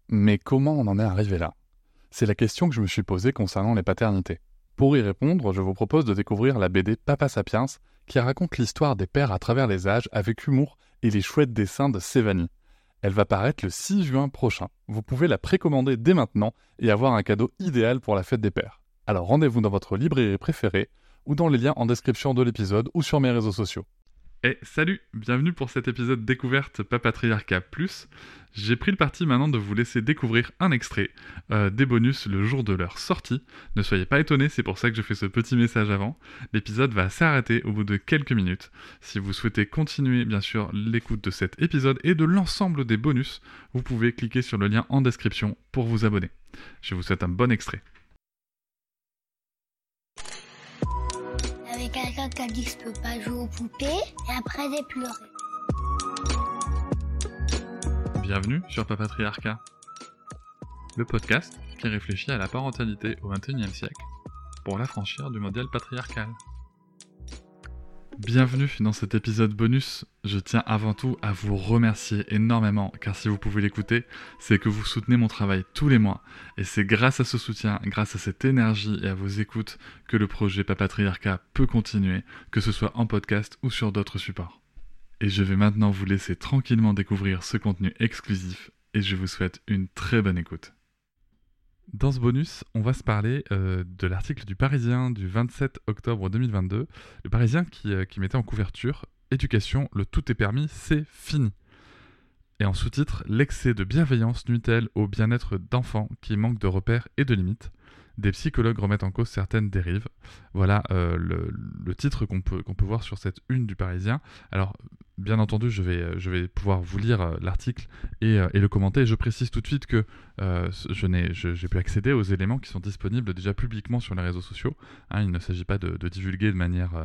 Mais comment on en est arrivé là? C'est la question que je me suis posée concernant les paternités. Pour y répondre, je vous propose de découvrir la BD Papa Sapiens, qui raconte l'histoire des pères à travers les âges avec humour et les chouettes dessins de Sévanie. Elle va paraître le 6 juin prochain. Vous pouvez la précommander dès maintenant et avoir un cadeau idéal pour la fête des pères. Alors rendez-vous dans votre librairie préférée ou dans les liens en description de l'épisode ou sur mes réseaux sociaux. Salut, bienvenue pour cet épisode découverte Papatriarcat Plus. J'ai pris le parti maintenant de vous laisser découvrir un extrait des bonus le jour de leur sortie. Ne soyez pas étonnés, c'est pour ça que je fais ce petit message avant. L'épisode va s'arrêter au bout de quelques minutes. Si vous souhaitez continuer bien sûr l'écoute de cet épisode et de l'ensemble des bonus, vous pouvez cliquer sur le lien en description pour vous abonner. Je vous souhaite un bon extrait. Avec quelqu'un qui a dit que je peux pas jouer aux poupées, et après j'ai pleuré. Bienvenue sur Papatriarcat, le podcast qui réfléchit à la parentalité au XXIe siècle pour l'affranchir du modèle patriarcal. Bienvenue dans cet épisode bonus. Je tiens avant tout à vous remercier énormément, car si vous pouvez l'écouter, c'est que vous soutenez mon travail tous les mois. Et c'est grâce à ce soutien, grâce à cette énergie et à vos écoutes, que le projet Papatriarcat peut continuer, que ce soit en podcast ou sur d'autres supports. Et je vais maintenant vous laisser tranquillement découvrir ce contenu exclusif, et je vous souhaite une très bonne écoute. Dans ce bonus, on va se parler de l'article du Parisien du 27 octobre 2022. Le Parisien qui mettait en couverture « Éducation, le tout est permis, c'est fini ». Et en sous-titre « L'excès de bienveillance nuit-elle au bien-être d'enfants qui manquent de repères et de limites ?» Des psychologues remettent en cause certaines dérives. Voilà le titre qu'on peut voir sur cette une du Parisien. Alors, bien entendu, je vais pouvoir vous lire l'article et le commenter. Je précise tout de suite que j'ai pu accéder aux éléments qui sont disponibles déjà publiquement sur les réseaux sociaux. Il ne s'agit pas de divulguer de manière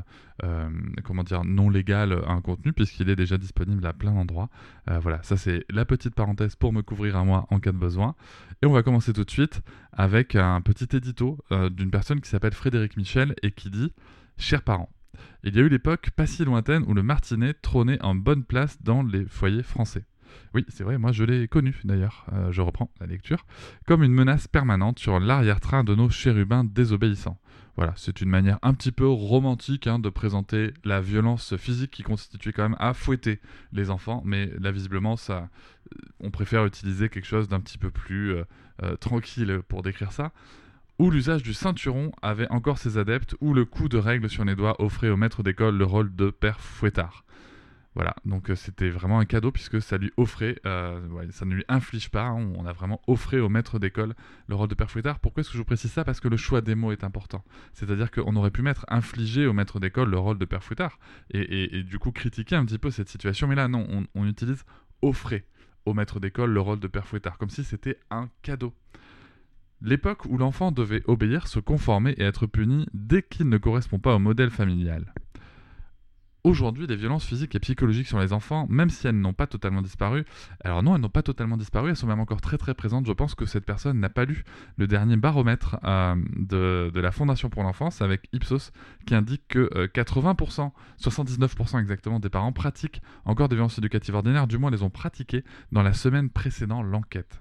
non légale un contenu, puisqu'il est déjà disponible à plein d'endroits. Voilà, ça c'est la petite parenthèse pour me couvrir à moi en cas de besoin. Et on va commencer tout de suite avec un petit édito d'une personne qui s'appelle Frédéric Michel et qui dit « Chers parents, il y a eu l'époque pas si lointaine où le martinet trônait en bonne place dans les foyers français. Oui, c'est vrai, moi je l'ai connu d'ailleurs, je reprends la lecture, comme une menace permanente sur l'arrière-train de nos chérubins désobéissants. Voilà, c'est une manière un petit peu romantique de présenter la violence physique qui constituait quand même à fouetter les enfants, mais là visiblement on préfère utiliser quelque chose d'un petit peu plus tranquille pour décrire ça. Où l'usage du ceinturon avait encore ses adeptes, où le coup de règle sur les doigts offrait au maître d'école le rôle de père fouettard. Voilà, donc c'était vraiment un cadeau puisque ça lui offrait, ça ne lui inflige pas, on a vraiment offert au maître d'école le rôle de père fouettard. Pourquoi est-ce que je vous précise ça? Parce que le choix des mots est important. C'est-à-dire qu'on aurait pu mettre infliger au maître d'école le rôle de père fouettard et du coup critiquer un petit peu cette situation. Mais là non, on utilise offrir au maître d'école le rôle de père fouettard, comme si c'était un cadeau. L'époque où l'enfant devait obéir, se conformer et être puni dès qu'il ne correspond pas au modèle familial. Aujourd'hui, les violences physiques et psychologiques sur les enfants, même si elles n'ont pas totalement disparu, alors non, elles n'ont pas totalement disparu, elles sont même encore très très présentes. Je pense que cette personne n'a pas lu le dernier baromètre de la Fondation pour l'enfance avec Ipsos qui indique que 80%, 79% exactement des parents pratiquent encore des violences éducatives ordinaires, du moins les ont pratiquées dans la semaine précédant l'enquête.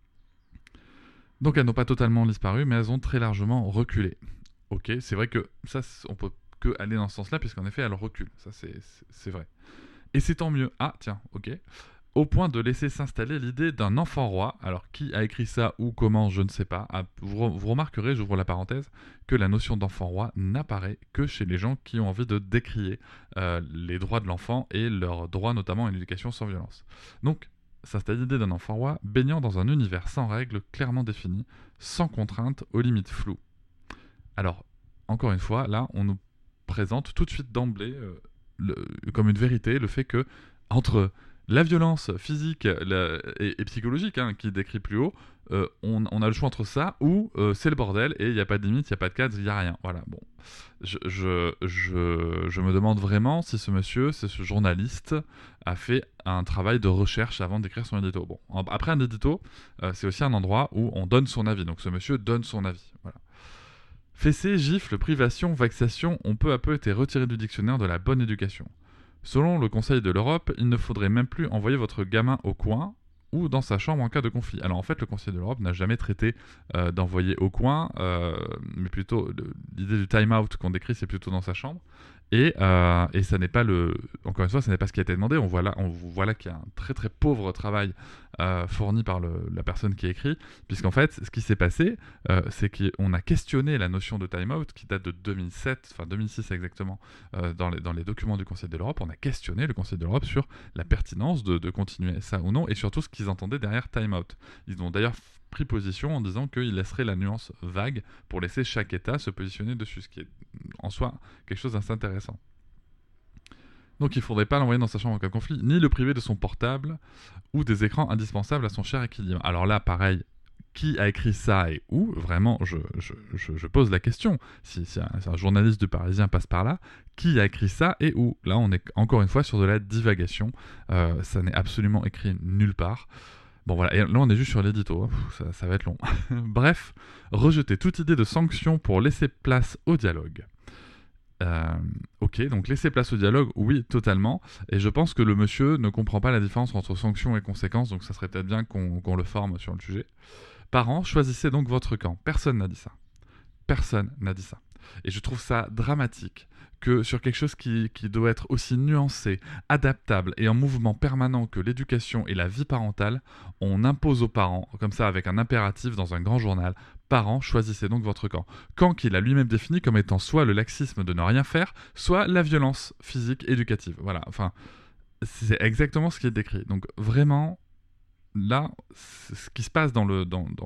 Donc elles n'ont pas totalement disparu, mais elles ont très largement reculé. Ok, c'est vrai que ça, on peut que aller dans ce sens-là, puisqu'en effet, elles reculent. Ça, c'est vrai. Et c'est tant mieux. Ah, tiens, ok. Au point de laisser s'installer l'idée d'un enfant roi. Alors, qui a écrit ça ou comment, je ne sais pas. Vous remarquerez, j'ouvre la parenthèse, que la notion d'enfant roi n'apparaît que chez les gens qui ont envie de décrier les droits de l'enfant et leurs droits, notamment à une éducation sans violence. Donc, s'installe l'idée d'un enfant roi baignant dans un univers sans règles clairement définies, sans contraintes, aux limites floues. Alors, encore une fois, là, on nous présente tout de suite d'emblée comme une vérité le fait que, entre la violence physique et psychologique, qui décrit plus haut, on a le choix entre ça ou c'est le bordel et il n'y a pas de limite, il n'y a pas de cadre, il n'y a rien. Voilà, bon. Je me demande vraiment si ce journaliste, a fait un travail de recherche avant d'écrire son édito. Bon, après un édito, c'est aussi un endroit où on donne son avis. Donc ce monsieur donne son avis. Voilà. Fessées, gifles, privations, vexations ont peu à peu été retirés du dictionnaire de la bonne éducation. Selon le Conseil de l'Europe, il ne faudrait même plus envoyer votre gamin au coin, ou dans sa chambre en cas de conflit. Alors en fait, le Conseil de l'Europe n'a jamais traité d'envoyer au coin, mais plutôt l'idée du time-out qu'on décrit, c'est plutôt dans sa chambre. Et ça n'est pas encore une fois, ce n'est pas ce qui a été demandé. On voit là qu'il y a un très très pauvre travail fourni par la personne qui écrit, puisqu'en fait, ce qui s'est passé, c'est qu'on a questionné la notion de time-out qui date de 2006 exactement, dans les documents du Conseil de l'Europe. On a questionné le Conseil de l'Europe sur la pertinence de continuer ça ou non, et surtout ce qu'ils entendaient derrière time-out. Ils ont d'ailleurs pris position en disant qu'ils laisseraient la nuance vague pour laisser chaque État se positionner dessus, ce qui est en soi quelque chose d'assez intéressant. Donc il ne faudrait pas l'envoyer dans sa chambre en cas de conflit, ni le priver de son portable ou des écrans indispensables à son cher équilibre. Alors là, pareil, qui a écrit ça et où? Vraiment, je pose la question. Si un journaliste du Parisien passe par là, qui a écrit ça et où? Là, on est encore une fois sur de la divagation. Ça n'est absolument écrit nulle part. Bon voilà, et là on est juste sur l'édito, ça va être long. Bref, rejeter toute idée de sanction pour laisser place au dialogue. Ok, donc laisser place au dialogue, oui, totalement. Et je pense que le monsieur ne comprend pas la différence entre sanction et conséquence, donc ça serait peut-être bien qu'on le forme sur le sujet. Parents, choisissez donc votre camp. Personne n'a dit ça. Personne n'a dit ça. Et je trouve ça dramatique que sur quelque chose qui doit être aussi nuancé, adaptable et en mouvement permanent que l'éducation et la vie parentale, on impose aux parents, comme ça avec un impératif dans un grand journal, parents, choisissez donc votre camp. Camp qu'il a lui-même défini comme étant soit le laxisme de ne rien faire, soit la violence physique éducative. Voilà, enfin, c'est exactement ce qui est décrit. Donc vraiment, là, ce qui se passe dans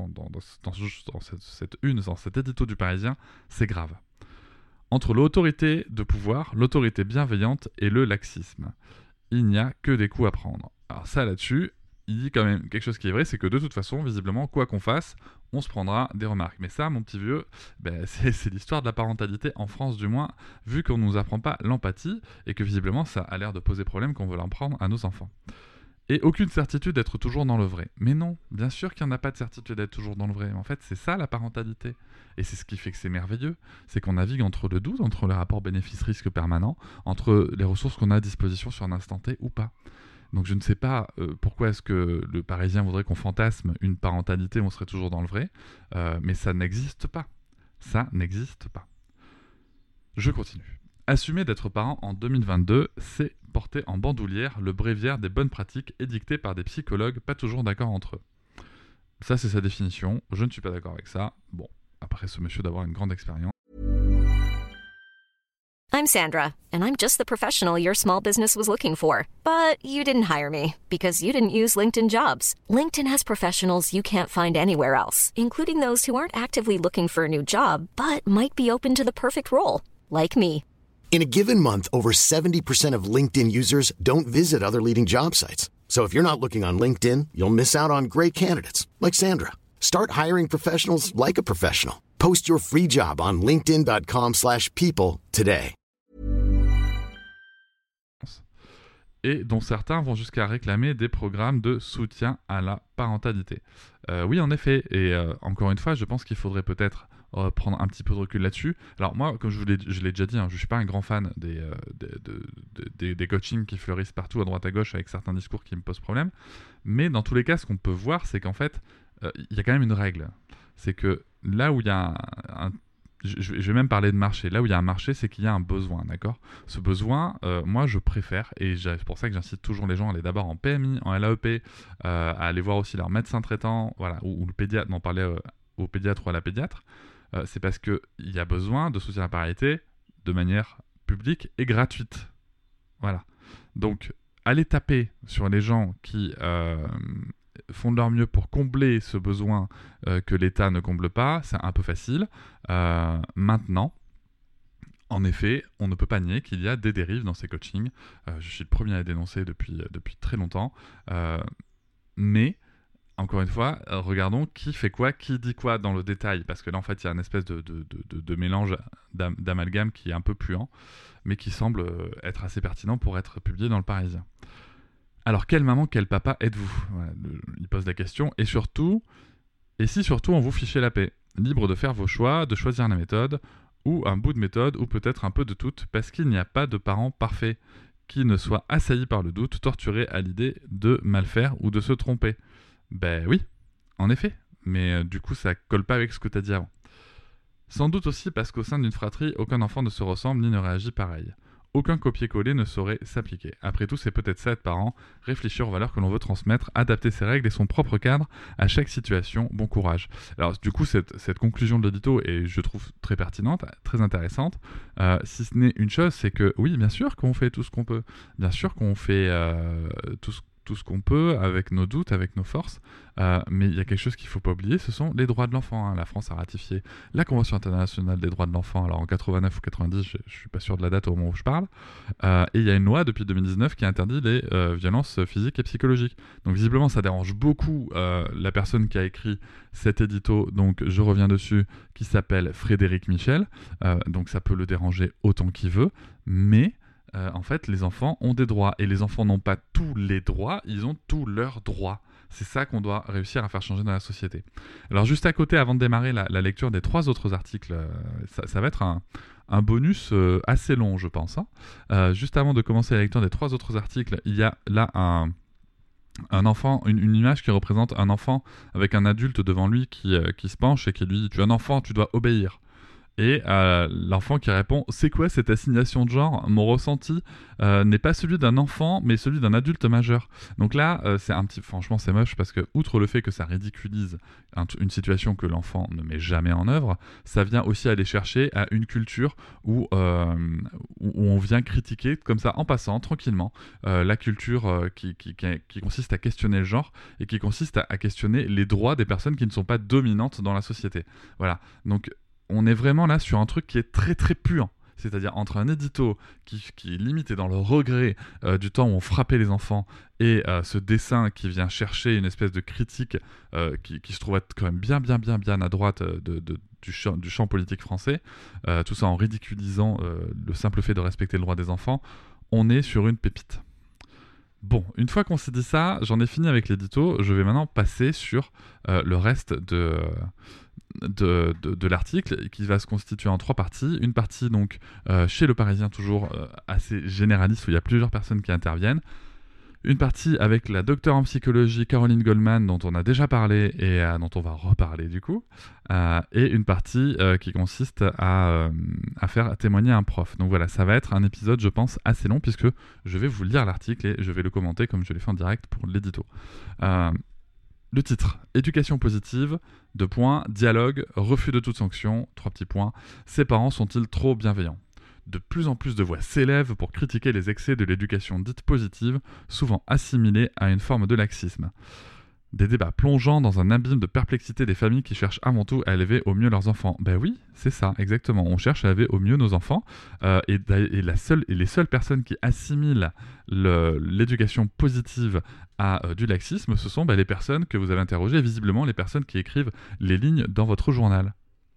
cet édito du Parisien, c'est grave. Entre l'autorité de pouvoir, l'autorité bienveillante et le laxisme, il n'y a que des coups à prendre. Alors ça, là-dessus, il dit quand même quelque chose qui est vrai, c'est que de toute façon, visiblement, quoi qu'on fasse, on se prendra des remarques. Mais ça, mon petit vieux, c'est l'histoire de la parentalité, en France du moins, vu qu'on ne nous apprend pas l'empathie, et que visiblement, ça a l'air de poser problème qu'on veut l'apprendre à nos enfants. Et aucune certitude d'être toujours dans le vrai. Mais non, bien sûr qu'il n'y en a pas de certitude d'être toujours dans le vrai. En fait, c'est ça la parentalité. Et c'est ce qui fait que c'est merveilleux. C'est qu'on navigue entre le doute, entre le rapport bénéfice-risque permanent, entre les ressources qu'on a à disposition sur un instant T ou pas. Donc je ne sais pas pourquoi est-ce que le Parisien voudrait qu'on fantasme une parentalité où on serait toujours dans le vrai, mais ça n'existe pas. Ça n'existe pas. Je continue. Assumer d'être parent en 2022, c'est porter en bandoulière le bréviaire des bonnes pratiques édictées par des psychologues pas toujours d'accord entre eux. Ça, c'est sa définition. Je ne suis pas d'accord avec ça. Bon, après ce monsieur d'avoir une grande expérience. I'm Sandra, and I'm just the professional your small business was looking for. But you didn't hire me because you didn't use LinkedIn Jobs. LinkedIn has professionals you can't find anywhere else, including those who aren't actively looking for a new job, but might be open to the perfect role, like me. In a given month, over 70% of LinkedIn users don't visit other leading job sites. So if you're not looking on LinkedIn, you'll miss out on great candidates like Sandra. Start hiring professionals like a professional. Post your free job on linkedin.com/people today. Et dont certains vont jusqu'à réclamer des programmes de soutien à la parentalité. Oui, en effet, et encore une fois, je pense qu'il faudrait peut-être prendre un petit peu de recul là-dessus. Alors moi, comme je l'ai déjà dit, je ne suis pas un grand fan des coachings qui fleurissent partout à droite à gauche avec certains discours qui me posent problème, mais dans tous les cas, ce qu'on peut voir, c'est qu'en fait, il y a quand même une règle. C'est que là où il y a je vais même parler de marché. Là où il y a un marché, c'est qu'il y a un besoin, d'accord ? Ce besoin, moi, je préfère, et c'est pour ça que j'incite toujours les gens à aller d'abord en PMI, en LAEP, à aller voir aussi leur médecin traitant, voilà, ou le pédiatre, d'en parler au pédiatre ou à la pédiatre. C'est parce qu'il y a besoin de soutien à la parentalité de manière publique et gratuite. Voilà. Donc, aller taper sur les gens qui font de leur mieux pour combler ce besoin que l'État ne comble pas, c'est un peu facile. Maintenant, en effet, on ne peut pas nier qu'il y a des dérives dans ces coachings. Je suis le premier à les dénoncer depuis très longtemps. Mais, encore une fois, regardons qui fait quoi, qui dit quoi dans le détail. Parce que là, en fait, il y a une espèce de mélange d'amalgame qui est un peu puant, mais qui semble être assez pertinent pour être publié dans le Parisien. Alors, quelle maman, quel papa êtes-vous ? Voilà, il pose la question. Et surtout, si surtout on vous fichait la paix, libre de faire vos choix, de choisir la méthode, ou un bout de méthode, ou peut-être un peu de toutes, parce qu'il n'y a pas de parent parfait qui ne soit assailli par le doute, torturé à l'idée de mal faire ou de se tromper. Ben oui, en effet, mais du coup ça colle pas avec ce que t'as dit avant. Sans doute aussi parce qu'au sein d'une fratrie, aucun enfant ne se ressemble ni ne réagit pareil. Aucun copier-coller ne saurait s'appliquer. Après tout, c'est peut-être ça être parent, réfléchir aux valeurs que l'on veut transmettre, adapter ses règles et son propre cadre à chaque situation. Bon courage. Alors du coup, cette conclusion de l'édito est, je trouve, très pertinente, très intéressante. Si ce n'est une chose, c'est que oui, bien sûr qu'on fait tout ce qu'on peut. Bien sûr qu'on fait tout ce qu'on peut avec nos doutes, avec nos forces. Mais il y a quelque chose qu'il ne faut pas oublier, ce sont les droits de l'enfant. La France a ratifié la Convention internationale des droits de l'enfant, alors en 89 ou 90, je ne suis pas sûr de la date au moment où je parle. Et il y a une loi depuis 2019 qui interdit les violences physiques et psychologiques. Donc visiblement, ça dérange beaucoup la personne qui a écrit cet édito, donc je reviens dessus, qui s'appelle Frédéric Michel. Donc ça peut le déranger autant qu'il veut, mais... en fait, les enfants ont des droits. Et les enfants n'ont pas tous les droits, ils ont tous leurs droits. C'est ça qu'on doit réussir à faire changer dans la société. Alors juste à côté, avant de démarrer la lecture des 3 autres articles, ça va être un bonus assez long, je pense. Juste avant de commencer la lecture des 3 autres articles, il y a là un enfant, une image qui représente un enfant avec un adulte devant lui qui se penche et qui lui dit « Tu es un enfant, tu dois obéir ». Et l'enfant qui répond « C'est quoi cette assignation de genre ? Mon ressenti n'est pas celui d'un enfant, mais celui d'un adulte majeur. » Donc là, c'est un petit... Franchement, c'est moche parce que, outre le fait que ça ridiculise une situation que l'enfant ne met jamais en œuvre, ça vient aussi aller chercher à une culture où on vient critiquer, comme ça, en passant, tranquillement, la culture qui consiste à questionner le genre et qui consiste à questionner les droits des personnes qui ne sont pas dominantes dans la société. Voilà. Donc, on est vraiment là sur un truc qui est très très puant. C'est-à-dire entre un édito qui est limité dans le regret du temps où on frappait les enfants et ce dessin qui vient chercher une espèce de critique qui se trouve être quand même bien à droite du champ politique français, tout ça en ridiculisant le simple fait de respecter le droit des enfants, on est sur une pépite. Bon, une fois qu'on s'est dit ça, j'en ai fini avec l'édito, je vais maintenant passer sur le reste de l'article qui va se constituer en 3 parties. Une partie donc chez Le Parisien, toujours assez généraliste, où il y a plusieurs personnes qui interviennent. Une partie avec la docteure en psychologie Caroline Goldman, dont on a déjà parlé et dont on va reparler du coup. Et une partie qui consiste à faire témoigner un prof. Donc voilà, ça va être un épisode, je pense, assez long, puisque je vais vous lire l'article et je vais le commenter comme je l'ai fait en direct pour l'édito. Le titre, éducation positive, : dialogue, refus de toute sanction, 3 petits points, ces parents sont-ils trop bienveillants ? De plus en plus de voix s'élèvent pour critiquer les excès de l'éducation dite positive, souvent assimilée à une forme de laxisme. Des débats plongeants dans un abîme de perplexité des familles qui cherchent avant tout à élever au mieux leurs enfants. Ben oui, c'est ça, exactement. On cherche à élever au mieux nos enfants. Et les seules personnes qui assimilent l'éducation positive à du laxisme, ce sont les personnes que vous avez interrogées, visiblement les personnes qui écrivent les lignes dans votre journal.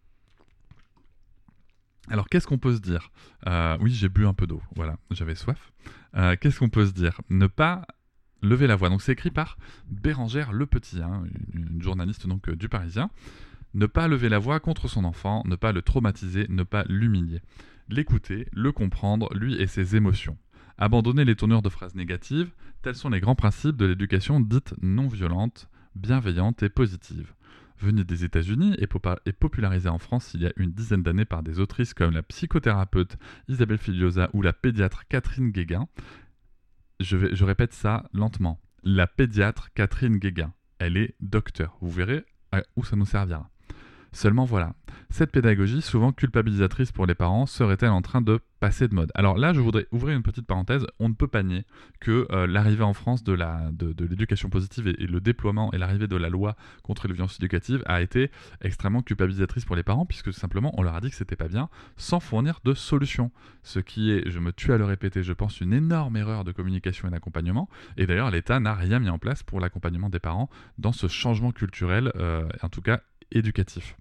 Alors, qu'est-ce qu'on peut se dire ? Oui, j'ai bu un peu d'eau, voilà, j'avais soif. Qu'est-ce qu'on peut se dire ? Ne pas lever la voix. Donc, c'est écrit par Bérangère Le Petit, une journaliste donc, du Parisien. Ne pas lever la voix contre son enfant, ne pas le traumatiser, ne pas l'humilier. L'écouter, le comprendre, lui et ses émotions. Abandonner les tournures de phrases négatives, tels sont les grands principes de l'éducation dite non violente, bienveillante et positive. Venue des États-Unis et popularisée en France il y a une dizaine d'années par des autrices comme la psychothérapeute Isabelle Filiosa ou la pédiatre Catherine Guéguin. Je répète ça lentement. La pédiatre Catherine Guéguin. Elle est docteur. Vous verrez où ça nous servira. Seulement voilà, cette pédagogie, souvent culpabilisatrice pour les parents, serait-elle en train de passer de mode ? Alors là, je voudrais ouvrir une petite parenthèse. On ne peut pas nier que l'arrivée en France de l'éducation positive et le déploiement et l'arrivée de la loi contre les violences éducatives a été extrêmement culpabilisatrice pour les parents, puisque simplement on leur a dit que c'était pas bien, sans fournir de solution. Ce qui est, je me tue à le répéter, je pense, une énorme erreur de communication et d'accompagnement. Et d'ailleurs, l'État n'a rien mis en place pour l'accompagnement des parents dans ce changement culturel, en tout cas éducatif.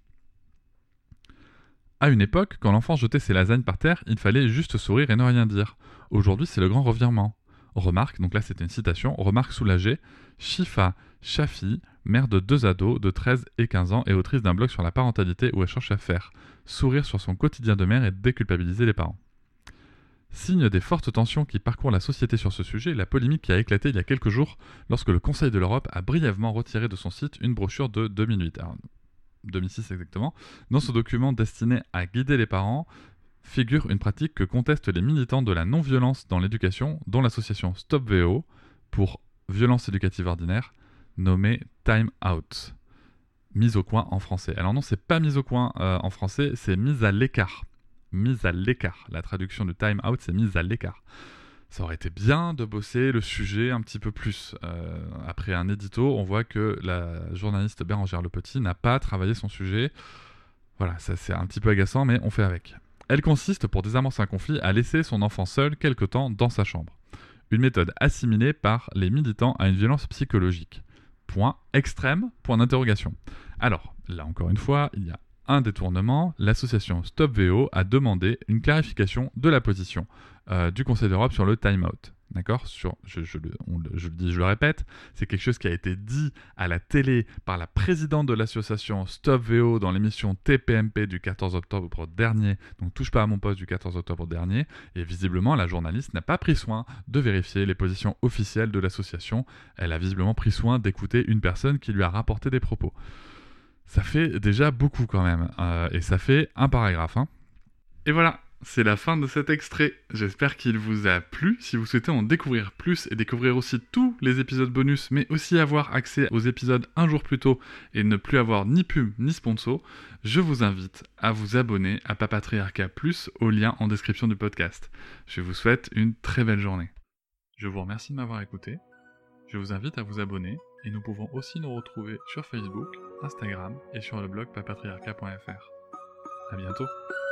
À une époque, quand l'enfant jetait ses lasagnes par terre, il fallait juste sourire et ne rien dire. Aujourd'hui, c'est le grand revirement. Remarque, donc là c'était une citation, remarque soulagée, Shifa Shafi, mère de 2 ados de 13 et 15 ans et autrice d'un blog sur la parentalité où elle cherche à faire sourire sur son quotidien de mère et déculpabiliser les parents. Signe des fortes tensions qui parcourent la société sur ce sujet, la polémique qui a éclaté il y a quelques jours lorsque le Conseil de l'Europe a brièvement retiré de son site une brochure de 2008, alors 2006 exactement. Dans ce document destiné à guider les parents, figure une pratique que contestent les militants de la non-violence dans l'éducation, dont l'association Stop VO, pour violence éducative ordinaire, nommée Time Out. Mise au coin en français. Alors non, c'est pas mise au coin en français, c'est mise à l'écart. Mise à l'écart. La traduction de Time Out, c'est mise à l'écart. Ça aurait été bien de bosser le sujet un petit peu plus. Après un édito, on voit que la journaliste Bérangère Lepetit n'a pas travaillé son sujet. Voilà, ça c'est un petit peu agaçant, mais on fait avec. Elle consiste, pour désamorcer un conflit, à laisser son enfant seul quelque temps dans sa chambre. Une méthode assimilée par les militants à une violence psychologique. Point extrême, point d'interrogation. Alors, là encore une fois, il y a un détournement. L'association Stop VO a demandé une clarification de la position du Conseil d'Europe sur le time-out. D'accord ? Je le dis, je le répète, c'est quelque chose qui a été dit à la télé par la présidente de l'association Stop VO dans l'émission TPMP du 14 octobre dernier, donc touche pas à mon poste du 14 octobre dernier, et visiblement la journaliste n'a pas pris soin de vérifier les positions officielles de l'association, elle a visiblement pris soin d'écouter une personne qui lui a rapporté des propos. Ça fait déjà beaucoup quand même, et ça fait un paragraphe. Hein. Et voilà, c'est la fin de cet extrait. J'espère qu'il vous a plu. Si vous souhaitez en découvrir plus et découvrir aussi tous les épisodes bonus, mais aussi avoir accès aux épisodes un jour plus tôt et ne plus avoir ni pub ni sponsor, je vous invite à vous abonner à Papatriarcat Plus au lien en description du podcast. Je vous souhaite une très belle journée. Je vous remercie de m'avoir écouté. Je vous invite à vous abonner et nous pouvons aussi nous retrouver sur Facebook, Instagram et sur le blog papatriarcat.fr. À bientôt.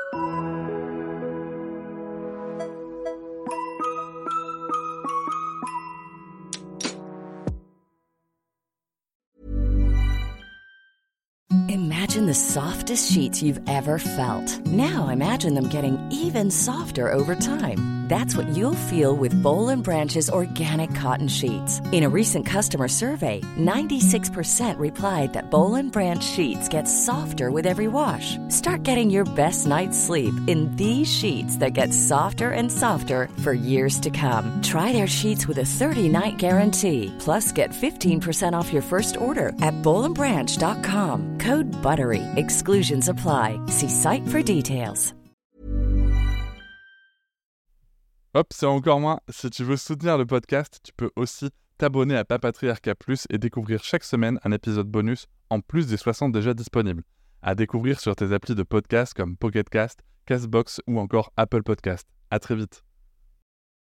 Imagine the softest sheets you've ever felt. Now imagine them getting even softer over time. That's what you'll feel with Boll & Branch's organic cotton sheets. In a recent customer survey, 96% replied that Boll & Branch sheets get softer with every wash. Start getting your best night's sleep in these sheets that get softer and softer for years to come. Try their sheets with a 30-night guarantee. Plus, get 15% off your first order at bollandbranch.com. Code BUTTERY. Exclusions apply. See site for details. Hop, c'est encore moins. Si tu veux soutenir le podcast, tu peux aussi t'abonner à Papatriarcat Plus et découvrir chaque semaine un épisode bonus en plus des 60 déjà disponibles. À découvrir sur tes applis de podcast comme Pocket Cast, Castbox ou encore Apple Podcast. À très vite.